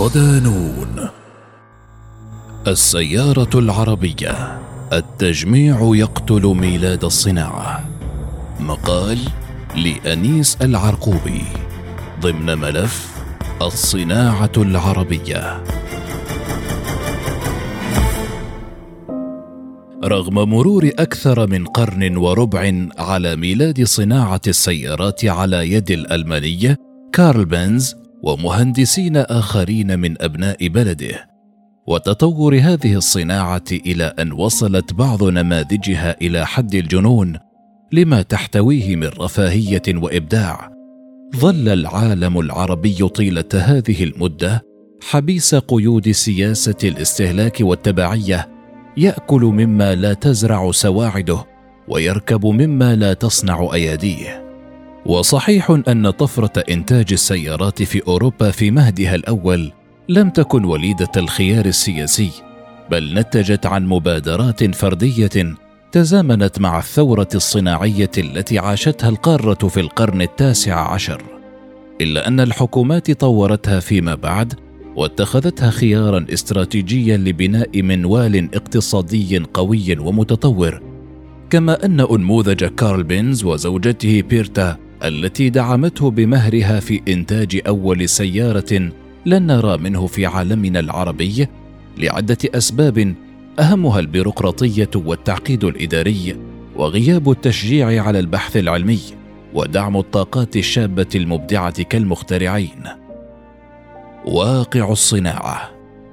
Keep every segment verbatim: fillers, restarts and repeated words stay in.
صدانون. السيارة العربية، التجميع يقتل ميلاد الصناعة. مقال لأنيس العرقوبي ضمن ملف الصناعة العربية. رغم مرور أكثر من قرن وربع على ميلاد صناعة السيارات على يد الألماني كارل بنز ومهندسين آخرين من أبناء بلده، وتطور هذه الصناعة إلى أن وصلت بعض نماذجها إلى حد الجنون لما تحتويه من رفاهية وإبداع، ظل العالم العربي طيلة هذه المدة حبيس قيود سياسة الاستهلاك والتبعية، يأكل مما لا تزرع سواعده ويركب مما لا تصنع أياديه. وصحيح أن طفرة إنتاج السيارات في أوروبا في مهدها الأول لم تكن وليدة الخيار السياسي، بل نتجت عن مبادرات فردية تزامنت مع الثورة الصناعية التي عاشتها القارة في القرن التاسع عشر، إلا أن الحكومات طورتها فيما بعد واتخذتها خيارا استراتيجيا لبناء منوال اقتصادي قوي ومتطور، كما أن أنموذج كارل بنز وزوجته بيرتا التي دعمته بمهرها في إنتاج أول سيارة لن نرى منه في عالمنا العربي لعدة أسباب، أهمها البيروقراطية والتعقيد الإداري وغياب التشجيع على البحث العلمي ودعم الطاقات الشابة المبدعة كالمخترعين. واقع الصناعة.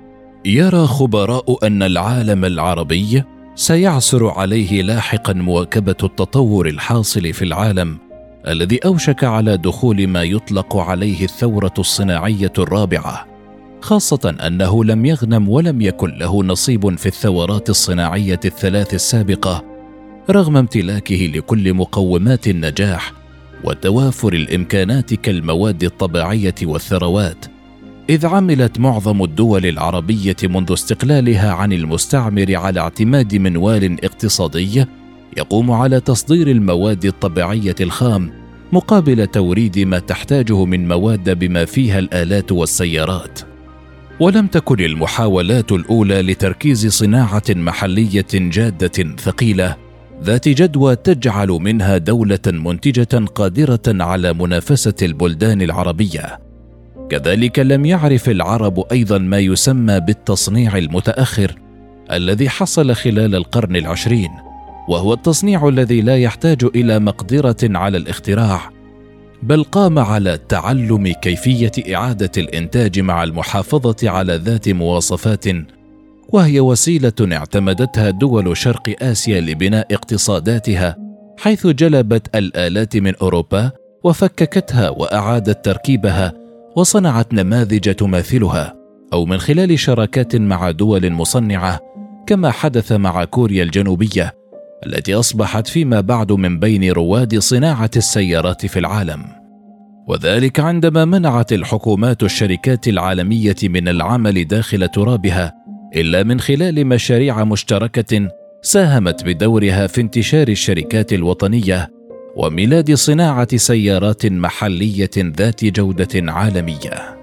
يرى خبراء أن العالم العربي سيعسر عليه لاحقا مواكبة التطور الحاصل في العالم الذي أوشك على دخول ما يطلق عليه الثورة الصناعية الرابعة، خاصة أنه لم يغنم ولم يكن له نصيب في الثورات الصناعية الثلاث السابقة، رغم امتلاكه لكل مقومات النجاح وتوافر الإمكانات كالمواد الطبيعية والثروات، إذ عملت معظم الدول العربية منذ استقلالها عن المستعمر على اعتماد منوال اقتصادي يقوم على تصدير المواد الطبيعية الخام مقابل توريد ما تحتاجه من مواد بما فيها الآلات والسيارات. ولم تكن المحاولات الأولى لتركيز صناعة محلية جادة ثقيلة ذات جدوى تجعل منها دولة منتجة قادرة على منافسة البلدان العربية. كذلك لم يعرف العرب أيضا ما يسمى بالتصنيع المتأخر الذي حصل خلال القرن العشرين، وهو التصنيع الذي لا يحتاج إلى مقدرة على الاختراع، بل قام على تعلم كيفية إعادة الإنتاج مع المحافظة على ذات مواصفات، وهي وسيلة اعتمدتها دول شرق آسيا لبناء اقتصاداتها، حيث جلبت الآلات من أوروبا وفككتها وأعادت تركيبها وصنعت نماذج تماثلها، أو من خلال شراكات مع دول مصنعة كما حدث مع كوريا الجنوبية التي أصبحت فيما بعد من بين رواد صناعة السيارات في العالم. وذلك عندما منعت الحكومات الشركات العالمية من العمل داخل ترابها إلا من خلال مشاريع مشتركة ساهمت بدورها في انتشار الشركات الوطنية وميلاد صناعة سيارات محلية ذات جودة عالمية.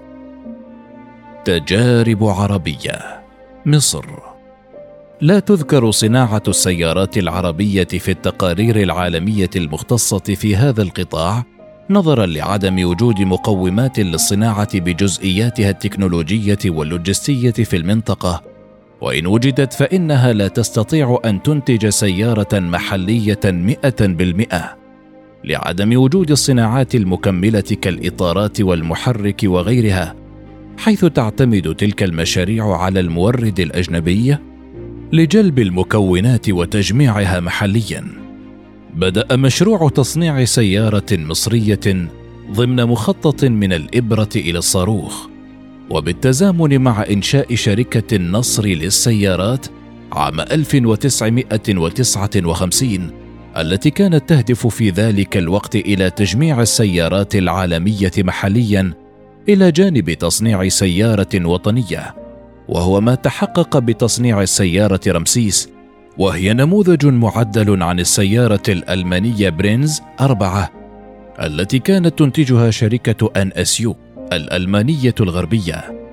تجارب عربية. مصر. لا تذكر صناعة السيارات العربية في التقارير العالمية المختصة في هذا القطاع نظرا لعدم وجود مقومات للصناعة بجزئياتها التكنولوجية واللوجستية في المنطقة، وإن وجدت فإنها لا تستطيع أن تنتج سيارة محلية مئة بالمئة لعدم وجود الصناعات المكملة كالإطارات والمحرك وغيرها، حيث تعتمد تلك المشاريع على المورد الأجنبي لجلب المكونات وتجميعها محليا. بدأ مشروع تصنيع سيارة مصرية ضمن مخطط من الإبرة إلى الصاروخ، وبالتزامن مع إنشاء شركة النصر للسيارات عام ألف وتسعمائة وتسعة وخمسين التي كانت تهدف في ذلك الوقت إلى تجميع السيارات العالمية محليا إلى جانب تصنيع سيارة وطنية، وهو ما تحقق بتصنيع السيارة رمسيس، وهي نموذج معدل عن السيارة الألمانية برينز أربعة التي كانت تنتجها شركة أن أس يو الألمانية الغربية.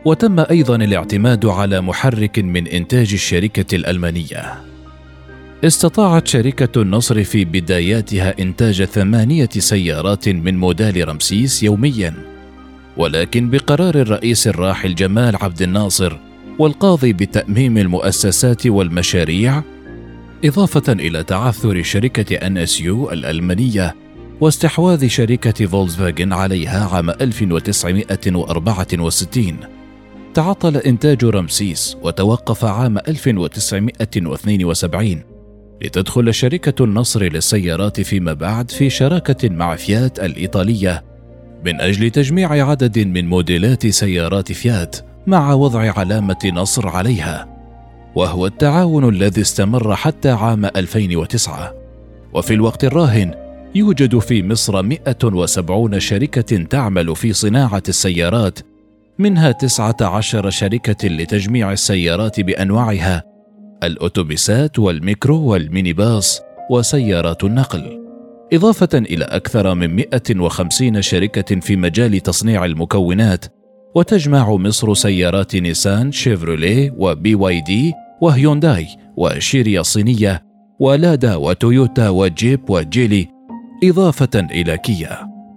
وتم أيضا الاعتماد على محرك من إنتاج الشركة الألمانية. استطاعت شركة النصر في بداياتها إنتاج ثمانية سيارات من موديل رمسيس يوميا، ولكن بقرار الرئيس الراحل جمال عبد الناصر والقاضي بتأميم المؤسسات والمشاريع، إضافة إلى تعثر شركة إن إس يو الألمانية واستحواذ شركة فولكسفاجن عليها عام ألف وتسعمائة وأربعة وستين، تعطل إنتاج رمسيس وتوقف عام ألف وتسعمائة واثنين وسبعين، لتدخل شركة النصر للسيارات فيما بعد في شراكة مع فيات الإيطالية من أجل تجميع عدد من موديلات سيارات فيات مع وضع علامة نصر عليها، وهو التعاون الذي استمر حتى عام ألفين وتسعة. وفي الوقت الراهن يوجد في مصر مئة وسبعين شركة تعمل في صناعة السيارات، منها تسعة عشر شركة لتجميع السيارات بأنواعها: الأوتوبيسات والميكرو والميني باص وسيارات النقل، إضافة إلى أكثر من مئة وخمسين شركة في مجال تصنيع المكونات. وتجمع مصر سيارات نيسان، شيفروليه وبي واي دي وهيونداي وشيريا الصينية ولادا وتويوتا وجيب وجيلي، إضافة إلى كيا.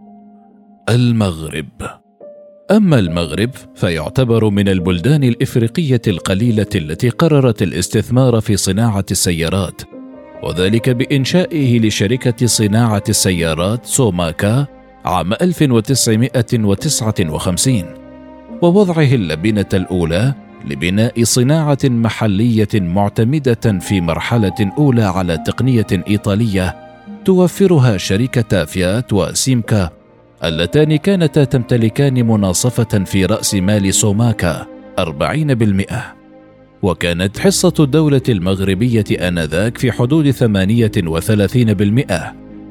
المغرب. أما المغرب فيعتبر من البلدان الإفريقية القليلة التي قررت الاستثمار في صناعة السيارات، وذلك بإنشائه لشركة صناعة السيارات سوماكا عام ألف وتسعمائة وتسعة وخمسين، ووضعه اللبنة الأولى لبناء صناعة محلية معتمدة في مرحلة أولى على تقنية إيطالية توفرها شركة فيات وسيمكا، اللتان كانتا تمتلكان مناصفة في رأس مال سوماكا أربعين بالمئة، وكانت حصة الدولة المغربية آنذاك في حدود ثمانية وثلاثين بالمئة،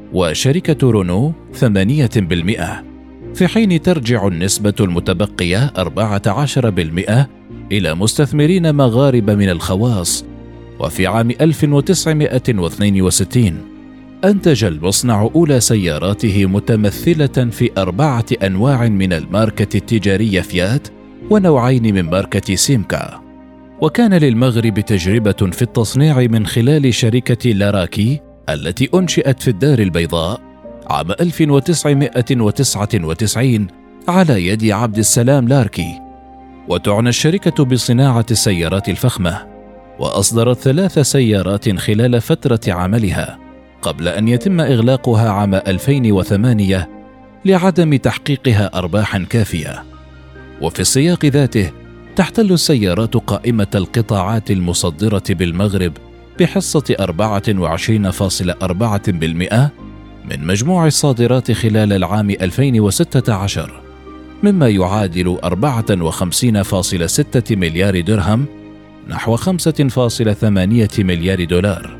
وشركة رونو ثمانية بالمئة، في حين ترجع النسبة المتبقية أربعة عشر بالمئة إلى مستثمرين مغاربة من الخواص. وفي عام ألف وتسعمائة واثنين وستين أنتج المصنع أولى سياراته متمثلة في أربعة أنواع من الماركة التجارية فيات ونوعين من ماركة سيمكا. وكان للمغرب تجربة في التصنيع من خلال شركة لاراكي التي أنشئت في الدار البيضاء عام ألف وتسعمائة وتسعة وتسعين على يد عبد السلام لاركي، وتعنى الشركة بصناعة السيارات الفخمة، وأصدرت ثلاث سيارات خلال فترة عملها قبل أن يتم إغلاقها عام ألفين وثمانية لعدم تحقيقها أرباحا كافية. وفي السياق ذاته تحتل السيارات قائمة القطاعات المصدرة بالمغرب بحصة أربعة وعشرين فاصلة أربعة بالمئة من مجموع الصادرات خلال العام ألفين وستة عشر، مما يعادل أربعة وخمسين فاصلة ستة مليار درهم، نحو خمسة فاصلة ثمانية مليار دولار،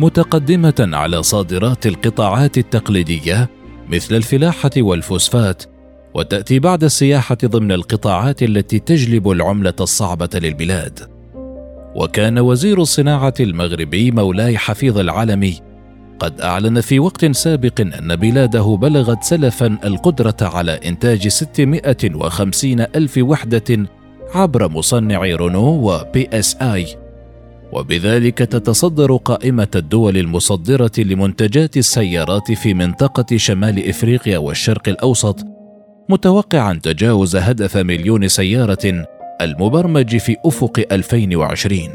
متقدمة على صادرات القطاعات التقليدية مثل الفلاحة والفوسفات، وتأتي بعد السياحة ضمن القطاعات التي تجلب العملة الصعبة للبلاد. وكان وزير الصناعة المغربي مولاي حفيظ العلمي قد أعلن في وقت سابق أن بلاده بلغت سلفا القدرة على إنتاج ستمائة وخمسين ألف وحدة عبر مصنع رونو وبي اس آي، وبذلك تتصدر قائمة الدول المصدرة لمنتجات السيارات في منطقة شمال إفريقيا والشرق الأوسط، متوقعا تجاوز هدف مليون سيارة المبرمج في أفق ألفين وعشرين.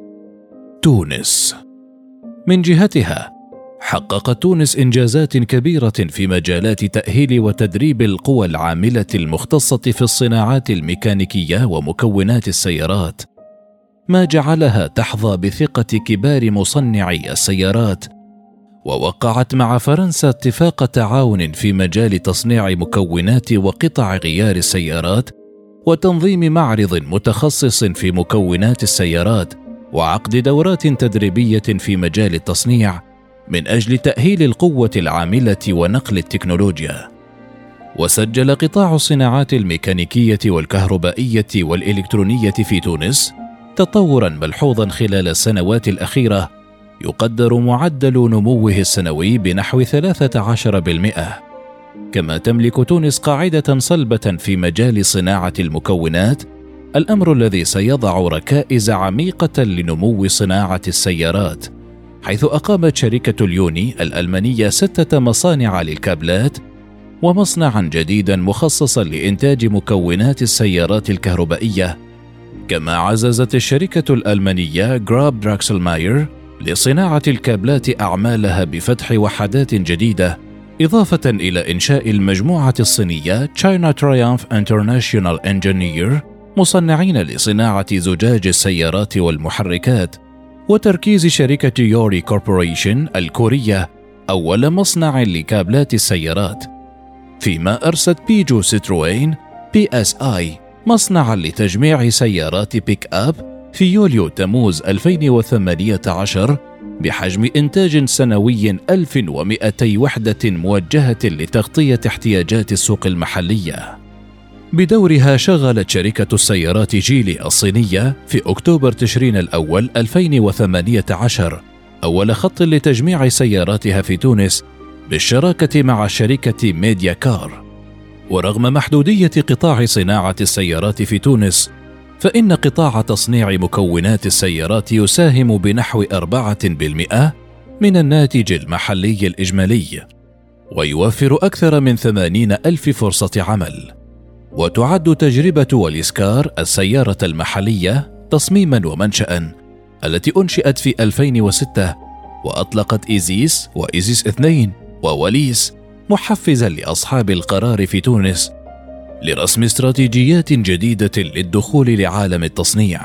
تونس. من جهتها حققت تونس إنجازات كبيرة في مجالات تأهيل وتدريب القوى العاملة المختصة في الصناعات الميكانيكية ومكونات السيارات، ما جعلها تحظى بثقة كبار مصنعي السيارات. ووقعت مع فرنسا اتفاق تعاون في مجال تصنيع مكونات وقطع غيار السيارات وتنظيم معرض متخصص في مكونات السيارات وعقد دورات تدريبية في مجال التصنيع من أجل تأهيل القوة العاملة ونقل التكنولوجيا. وسجل قطاع الصناعات الميكانيكية والكهربائية والإلكترونية في تونس تطوراً ملحوظاً خلال السنوات الأخيرة، يقدر معدل نموه السنوي بنحو ثلاثة عشر بالمئة. كما تملك تونس قاعدة صلبة في مجال صناعة المكونات الأمر الذي سيضع ركائز عميقة لنمو صناعة السيارات، حيث أقامت شركة اليوني الألمانية ستة مصانع للكابلات ومصنعا جديدا مخصصا لإنتاج مكونات السيارات الكهربائية. كما عززت الشركة الألمانية غراب دراكسلماير لصناعة الكابلات أعمالها بفتح وحدات جديدة، إضافة إلى إنشاء المجموعة الصينية China Triumph International Engineer مصنعين لصناعة زجاج السيارات والمحركات، وتركيز شركة يوري كوربوريشن الكورية أول مصنع لكابلات السيارات، فيما أرست بيجو ستروين بي إس آي مصنعا لتجميع سيارات بيك أب في يوليو تموز ألفين وثمانية عشر بحجم إنتاج سنوي ألف ومئتي وحدة موجهة لتغطية احتياجات السوق المحلية. بدورها شغلت شركة السيارات جيلي الصينية في أكتوبر تشرين الأول ألفين وثمانية عشر أول خط لتجميع سياراتها في تونس بالشراكة مع شركة ميديا كار. ورغم محدودية قطاع صناعة السيارات في تونس، فإن قطاع تصنيع مكونات السيارات يساهم بنحو أربعة بالمئة من الناتج المحلي الإجمالي، ويوفر أكثر من ثمانين ألف فرصة عمل. وتعد تجربة وليسكار السيارة المحلية تصميما ومنشأ التي أنشئت في ألفين وستة وأطلقت إيزيس وإيزيس اثنين ووليس محفزا لأصحاب القرار في تونس لرسم استراتيجيات جديدة للدخول لعالم التصنيع.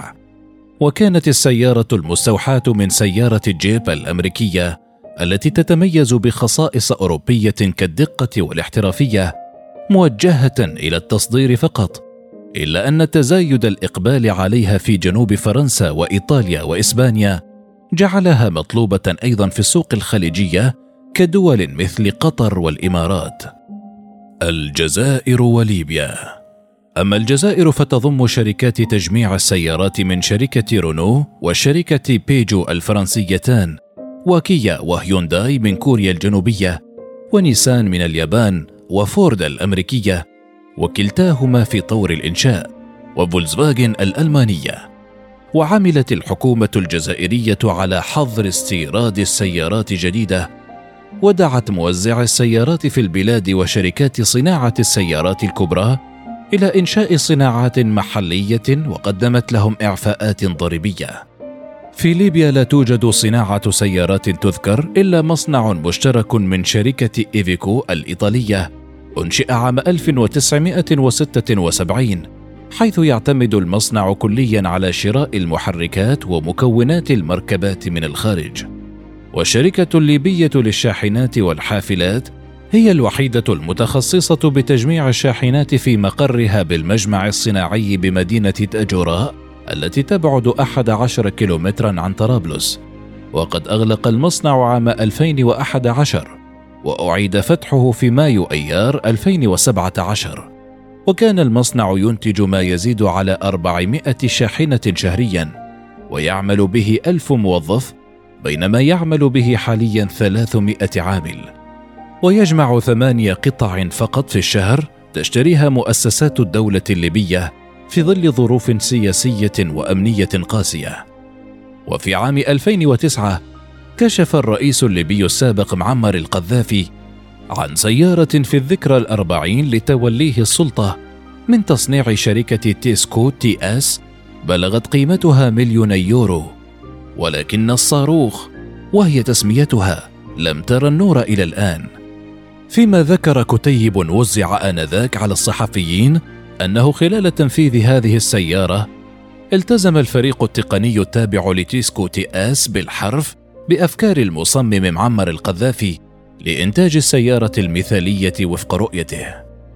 وكانت السيارة المستوحاة من سيارة الجيب الأمريكية التي تتميز بخصائص أوروبية كالدقة والاحترافية موجهة إلى التصدير فقط، إلا أن تزايد الإقبال عليها في جنوب فرنسا وإيطاليا وإسبانيا جعلها مطلوبة أيضا في السوق الخليجية كدول مثل قطر والإمارات. الجزائر وليبيا. أما الجزائر فتضم شركات تجميع السيارات من شركة رونو وشركة بيجو الفرنسيتان، وكيا وهيونداي من كوريا الجنوبية، ونيسان من اليابان، وفورد الأمريكية وكلتاهما في طور الإنشاء، وفولكسفاجن الألمانية. وعملت الحكومة الجزائرية على حظر استيراد السيارات جديدة، ودعت موزع السيارات في البلاد وشركات صناعة السيارات الكبرى إلى إنشاء صناعات محلية، وقدمت لهم إعفاءات ضريبية. في ليبيا لا توجد صناعة سيارات تذكر إلا مصنع مشترك من شركة إيفيكو الإيطالية أنشئ عام ألف وتسعمائة وستة وسبعين، حيث يعتمد المصنع كليا على شراء المحركات ومكونات المركبات من الخارج. والشركة الليبية للشاحنات والحافلات هي الوحيدة المتخصصة بتجميع الشاحنات في مقرها بالمجمع الصناعي بمدينة تاجوراء التي تبعد أحد عشر كيلومترا عن طرابلس. وقد أغلق المصنع عام ألفين وأحد عشر، وأعيد فتحه في مايو أيار ألفين وسبعة عشر، وكان المصنع ينتج ما يزيد على أربعمائة شاحنة شهريا، ويعمل به ألف موظف، بينما يعمل به حاليا ثلاثمائة عامل، ويجمع ثمانية قطع فقط في الشهر تشتريها مؤسسات الدولة الليبية في ظل ظروف سياسية وأمنية قاسية. وفي عام ألفين وتسعة كشف الرئيس الليبي السابق معمر القذافي عن سيارة في الذكرى الأربعين لتوليه السلطة من تصنيع شركة تيسكو تي اس بلغت قيمتها مليوني يورو، ولكن الصاروخ وهي تسميتها لم ترى النور إلى الآن. فيما ذكر كتيب وزع آنذاك على الصحفيين أنه خلال تنفيذ هذه السيارة التزم الفريق التقني التابع لتيسكو تي اس بالحرف بأفكار المصمم معمر القذافي لإنتاج السيارة المثالية وفق رؤيته.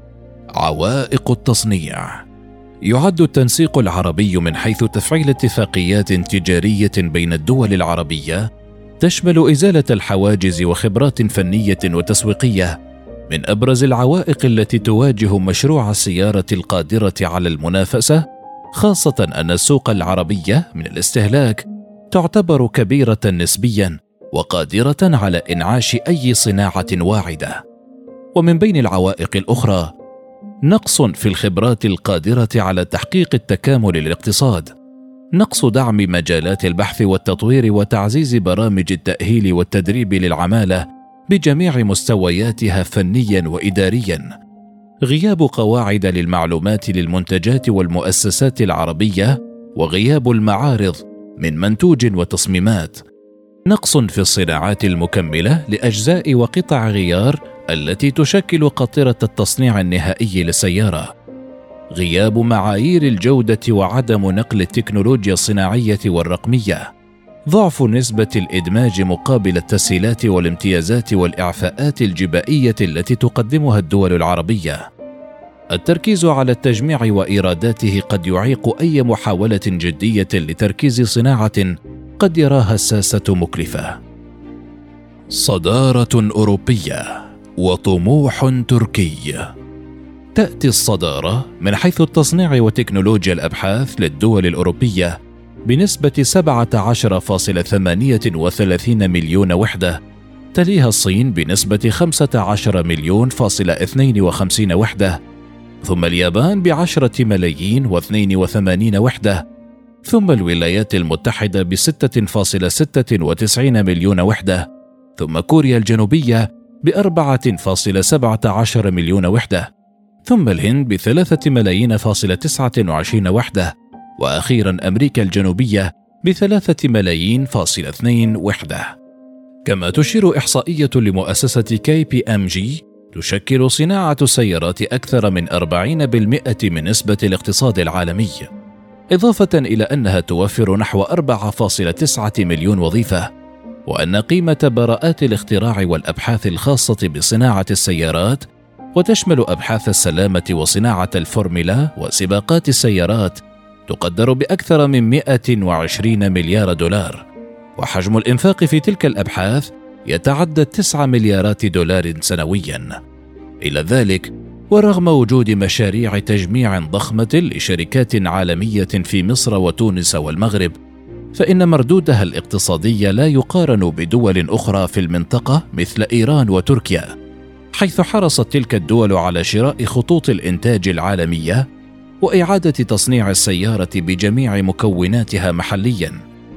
عوائق التصنيع. يعد التنسيق العربي من حيث تفعيل اتفاقيات تجارية بين الدول العربية تشمل إزالة الحواجز وخبرات فنية وتسويقية من أبرز العوائق التي تواجه مشروع السيارة القادرة على المنافسة، خاصة أن السوق العربية من الاستهلاك تعتبر كبيرة نسبيا وقادرة على إنعاش أي صناعة واعدة. ومن بين العوائق الأخرى نقص في الخبرات القادرة على تحقيق التكامل الاقتصاد، نقص دعم مجالات البحث والتطوير وتعزيز برامج التأهيل والتدريب للعمالة بجميع مستوياتها فنيا وإداريا، غياب قواعد للمعلومات للمنتجات والمؤسسات العربية، وغياب المعارض من منتوج وتصميمات، نقص في الصناعات المكملة لأجزاء وقطع غيار التي تشكل قاطرة التصنيع النهائي للسيارة، غياب معايير الجودة وعدم نقل التكنولوجيا الصناعية والرقمية، ضعف نسبة الإدماج مقابل التسهيلات والامتيازات والإعفاءات الجبائية التي تقدمها الدول العربية. التركيز على التجميع وإيراداته قد يعيق أي محاولة جدية لتركيز صناعة قد يراها الساسة مكلفة. صدارة أوروبية وطموح تركي. تأتي الصدارة من حيث التصنيع وتكنولوجيا الأبحاث للدول الأوروبية بنسبة سبعة عشر فاصلة ثمانية وثلاثين مليون وحدة، تليها الصين بنسبة خمسة عشر مليون فاصلة اثنين وخمسين وحدة، ثم اليابان بعشرة ملايين واثنين وثمانين وحدة، ثم الولايات المتحدة بستة فاصلة ستة وتسعين مليون وحدة، ثم كوريا الجنوبية بأربعة فاصلة سبعة عشر مليون وحدة، ثم الهند بثلاثة ملايين فاصلة تسعة وعشرين وحدة، وأخيرا أمريكا الجنوبية بثلاثة ملايين فاصلة اثنين وحدة. كما تشير إحصائية لمؤسسة كي بي إم جي تشكل صناعة السيارات أكثر من أربعين بالمئة من نسبة الاقتصاد العالمي، إضافة إلى أنها توفر نحو أربعة فاصلة تسعة مليون وظيفة، وأن قيمة براءات الاختراع والأبحاث الخاصة بصناعة السيارات، وتشمل أبحاث السلامة وصناعة الفورمولا وسباقات السيارات، تقدر بأكثر من مئة وعشرين مليار دولار، وحجم الإنفاق في تلك الأبحاث يتعدى تسعة مليارات دولار سنويا. إلى ذلك، ورغم وجود مشاريع تجميع ضخمة لشركات عالمية في مصر وتونس والمغرب، فإن مردودها الاقتصادي لا يقارن بدول أخرى في المنطقة مثل إيران وتركيا، حيث حرصت تلك الدول على شراء خطوط الإنتاج العالمية وإعادة تصنيع السيارة بجميع مكوناتها محلياً،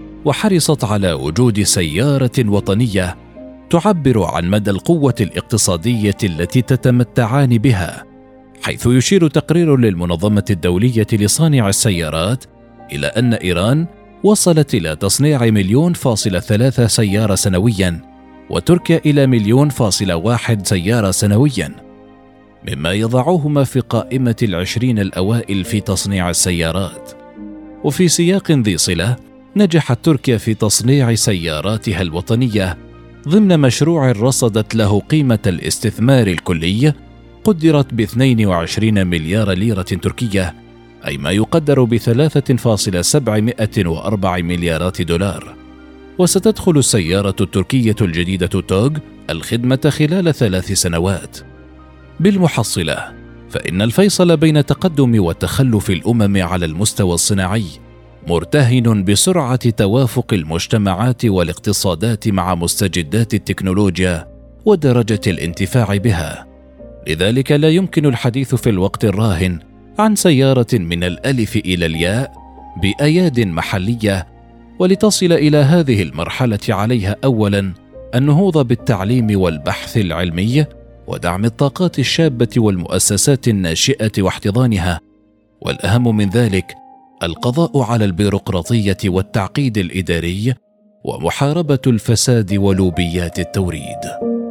وحرصت على وجود سيارة وطنية تعبر عن مدى القوة الاقتصادية التي تتمتعان بها، حيث يشير تقرير للمنظمة الدولية لصانع السيارات إلى أن إيران وصلت إلى تصنيع مليون فاصلة ثلاثة سيارة سنوياً، وتركيا إلى مليون فاصلة واحد سيارة سنوياً، مما يضعهما في قائمة العشرين الأوائل في تصنيع السيارات. وفي سياق ذي صلة، نجحت تركيا في تصنيع سياراتها الوطنية ضمن مشروع رصدت له قيمة الاستثمار الكلي قدرت ب اثنين وعشرين مليار ليرة تركية، أي ما يقدر ب ثلاثة فاصلة سبعمائة وأربعة مليارات دولار. وستدخل السيارة التركية الجديدة توغ الخدمة خلال ثلاث سنوات. بالمحصلة، فإن الفيصل بين تقدم وتخلف الأمم على المستوى الصناعي مرتهن بسرعة توافق المجتمعات والاقتصادات مع مستجدات التكنولوجيا ودرجة الانتفاع بها. لذلك لا يمكن الحديث في الوقت الراهن عن سيارة من الألف إلى الياء بأياد محلية، ولتصل إلى هذه المرحلة عليها أولاً النهوض بالتعليم والبحث العلمي ودعم الطاقات الشابة والمؤسسات الناشئة واحتضانها، والأهم من ذلك القضاء على البيروقراطية والتعقيد الإداري ومحاربة الفساد ولوبيات التوريد.